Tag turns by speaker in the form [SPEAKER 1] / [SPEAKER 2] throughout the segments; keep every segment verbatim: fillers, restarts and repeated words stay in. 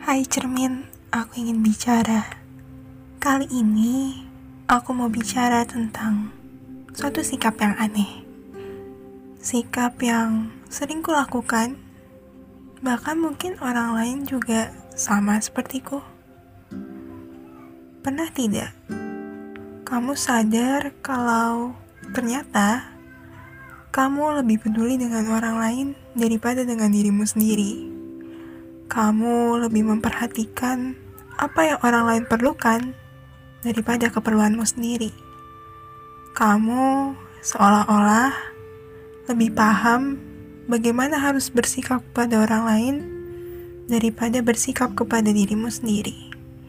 [SPEAKER 1] Hai cermin, aku ingin bicara. Kali ini, aku mau bicara tentang suatu sikap yang aneh. Sikap yang sering kulakukan, bahkan mungkin orang lain juga sama sepertiku. Pernah tidak kamu sadar kalau ternyata kamu lebih peduli dengan orang lain daripada dengan dirimu sendiri? Kamu lebih memperhatikan apa yang orang lain perlukan daripada keperluanmu sendiri. Kamu seolah-olah lebih paham bagaimana harus bersikap kepada orang lain daripada bersikap kepada dirimu sendiri.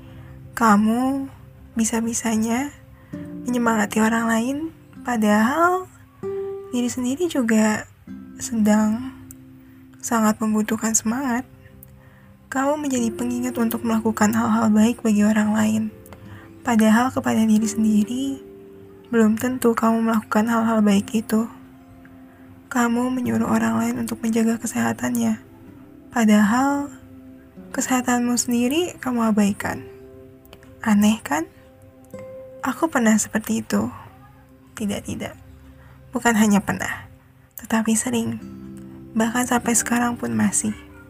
[SPEAKER 1] Kamu bisa-bisanya menyemangati orang lain, padahal diri sendiri juga sedang sangat membutuhkan semangat. Kamu menjadi pengingat untuk melakukan hal-hal baik bagi orang lain, padahal kepada diri sendiri belum tentu kamu melakukan hal-hal baik itu. Kamu menyuruh orang lain untuk menjaga kesehatannya, padahal kesehatanmu sendiri kamu abaikan. Aneh kan? Aku pernah seperti itu. Tidak-tidak. Bukan hanya pernah, tetapi sering. Bahkan sampai sekarang pun masih.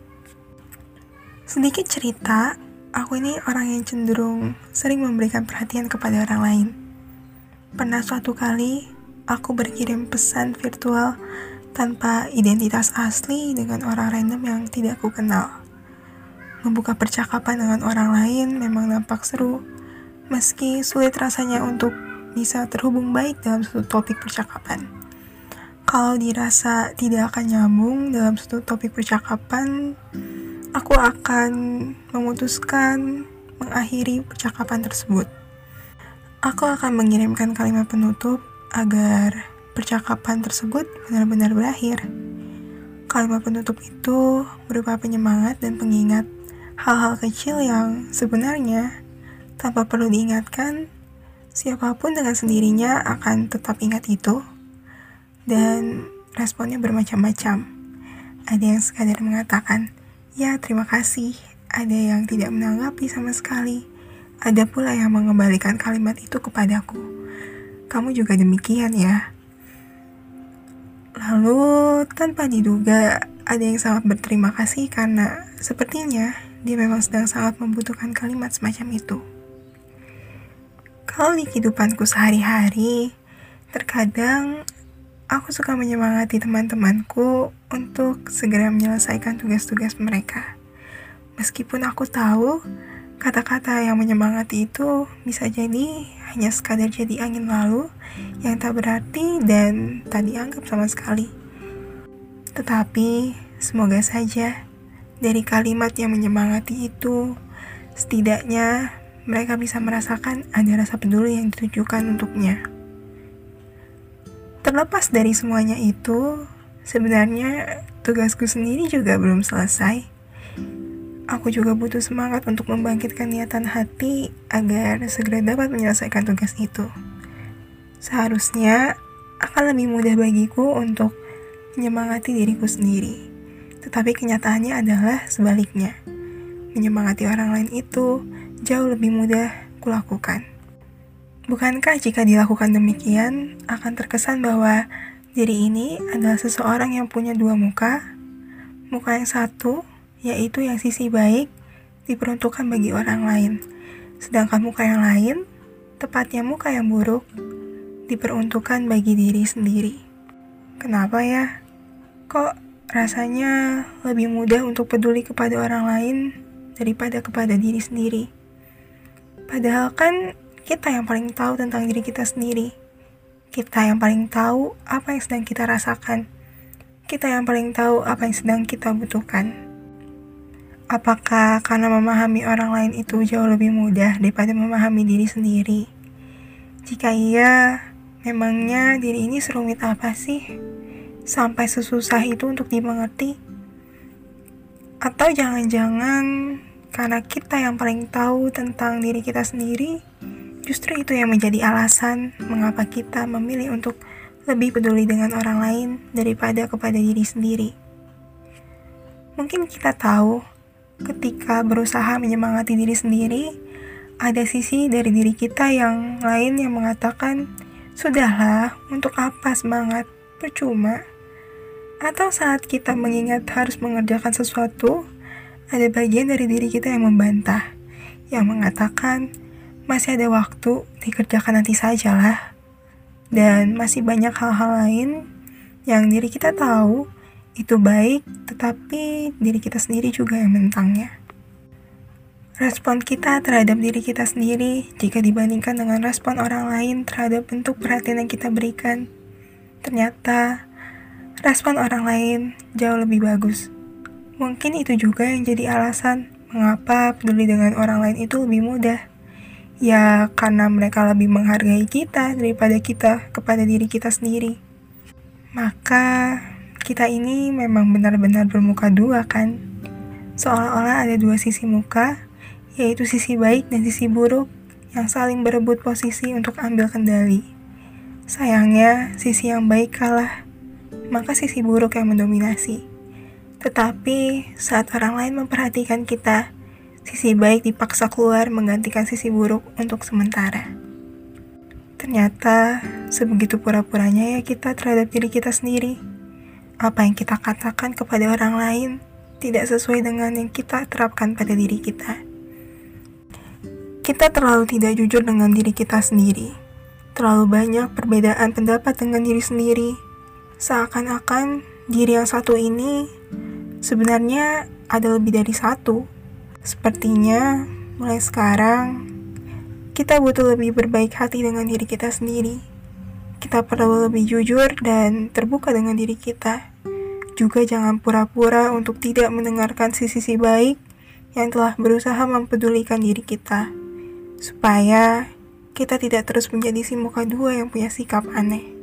[SPEAKER 1] Sedikit cerita, aku ini orang yang cenderung sering memberikan perhatian kepada orang lain. Pernah suatu kali, aku berkirim pesan virtual tanpa identitas asli dengan orang random yang tidak aku kenal. Membuka percakapan dengan orang lain memang nampak seru, meski sulit rasanya untuk bisa terhubung baik dalam suatu topik percakapan. Kalau dirasa tidak akan nyambung dalam suatu topik percakapan, aku akan memutuskan mengakhiri percakapan tersebut. Aku akan mengirimkan kalimat penutup agar percakapan tersebut benar-benar berakhir. Kalimat penutup itu berupa penyemangat dan pengingat hal-hal kecil yang sebenarnya tanpa perlu diingatkan, siapapun dengan sendirinya akan tetap ingat itu. Dan responnya bermacam-macam. Ada yang sekadar mengatakan, "Ya, terima kasih." Ada yang tidak menanggapi sama sekali. Ada pula yang mengembalikan kalimat itu kepadaku. Kamu juga demikian ya? Lalu, tanpa diduga, ada yang sangat berterima kasih karena sepertinya dia memang sedang sangat membutuhkan kalimat semacam itu. Kalau di kehidupanku sehari-hari, terkadang aku suka menyemangati teman-temanku untuk segera menyelesaikan tugas-tugas mereka. Meskipun aku tahu, kata-kata yang menyemangati itu bisa jadi hanya sekadar jadi angin lalu yang tak berarti dan tak dianggap sama sekali. Tetapi, semoga saja dari kalimat yang menyemangati itu, setidaknya mereka bisa merasakan ada rasa peduli yang ditujukan untuknya. Terlepas dari semuanya itu, sebenarnya tugasku sendiri juga belum selesai. Aku juga butuh semangat untuk membangkitkan niatan hati agar segera dapat menyelesaikan tugas itu. Seharusnya akan lebih mudah bagiku untuk menyemangati diriku sendiri. Tetapi kenyataannya adalah sebaliknya. Menyemangati orang lain itu jauh lebih mudah kulakukan. Bukankah jika dilakukan demikian, akan terkesan bahwa diri ini adalah seseorang yang punya dua muka? Muka yang satu, yaitu yang sisi baik, diperuntukkan bagi orang lain. Sedangkan muka yang lain, tepatnya muka yang buruk, diperuntukkan bagi diri sendiri. Kenapa ya? Kok rasanya lebih mudah untuk peduli kepada orang lain daripada kepada diri sendiri? Padahal kan kita yang paling tahu tentang diri kita sendiri. Kita yang paling tahu apa yang sedang kita rasakan. Kita yang paling tahu apa yang sedang kita butuhkan. Apakah karena memahami orang lain itu jauh lebih mudah daripada memahami diri sendiri? Jika iya, memangnya diri ini serumit apa sih? Sampai sesusah itu untuk dimengerti? Atau jangan-jangan karena kita yang paling tahu tentang diri kita sendiri, justru itu yang menjadi alasan mengapa kita memilih untuk lebih peduli dengan orang lain daripada kepada diri sendiri. Mungkin kita tahu ketika berusaha menyemangati diri sendiri, ada sisi dari diri kita yang lain yang mengatakan, "Sudahlah, untuk apa semangat? Percuma." Atau saat kita mengingat harus mengerjakan sesuatu, ada bagian dari diri kita yang membantah, yang mengatakan, "Masih ada waktu, dikerjakan nanti sajalah." Dan masih banyak hal-hal lain yang diri kita tahu itu baik, tetapi diri kita sendiri juga yang menentangnya. Respon kita terhadap diri kita sendiri jika dibandingkan dengan respon orang lain terhadap bentuk perhatian yang kita berikan, ternyata respon orang lain jauh lebih bagus. Mungkin itu juga yang jadi alasan mengapa peduli dengan orang lain itu lebih mudah. Ya, karena mereka lebih menghargai kita daripada kita kepada diri kita sendiri. Maka kita ini memang benar-benar bermuka dua kan? Seolah-olah ada dua sisi muka, yaitu sisi baik dan sisi buruk yang saling berebut posisi untuk ambil kendali. Sayangnya, sisi yang baik kalah, maka sisi buruk yang mendominasi. Tetapi saat orang lain memperhatikan kita, sisi baik dipaksa keluar menggantikan sisi buruk untuk sementara. Ternyata sebegitu pura-puranya ya kita terhadap diri kita sendiri. Apa yang kita katakan kepada orang lain tidak sesuai dengan yang kita terapkan pada diri kita. Kita terlalu tidak jujur dengan diri kita sendiri. Terlalu banyak perbedaan pendapat dengan diri sendiri. Seakan-akan diri yang satu ini sebenarnya ada lebih dari satu. Sepertinya mulai sekarang kita butuh lebih berbaik hati dengan diri kita sendiri. Kita perlu lebih jujur dan terbuka dengan diri kita. Juga jangan pura-pura untuk tidak mendengarkan sisi-sisi baik yang telah berusaha mempedulikan diri kita. Supaya kita tidak terus menjadi si muka dua yang punya sikap aneh.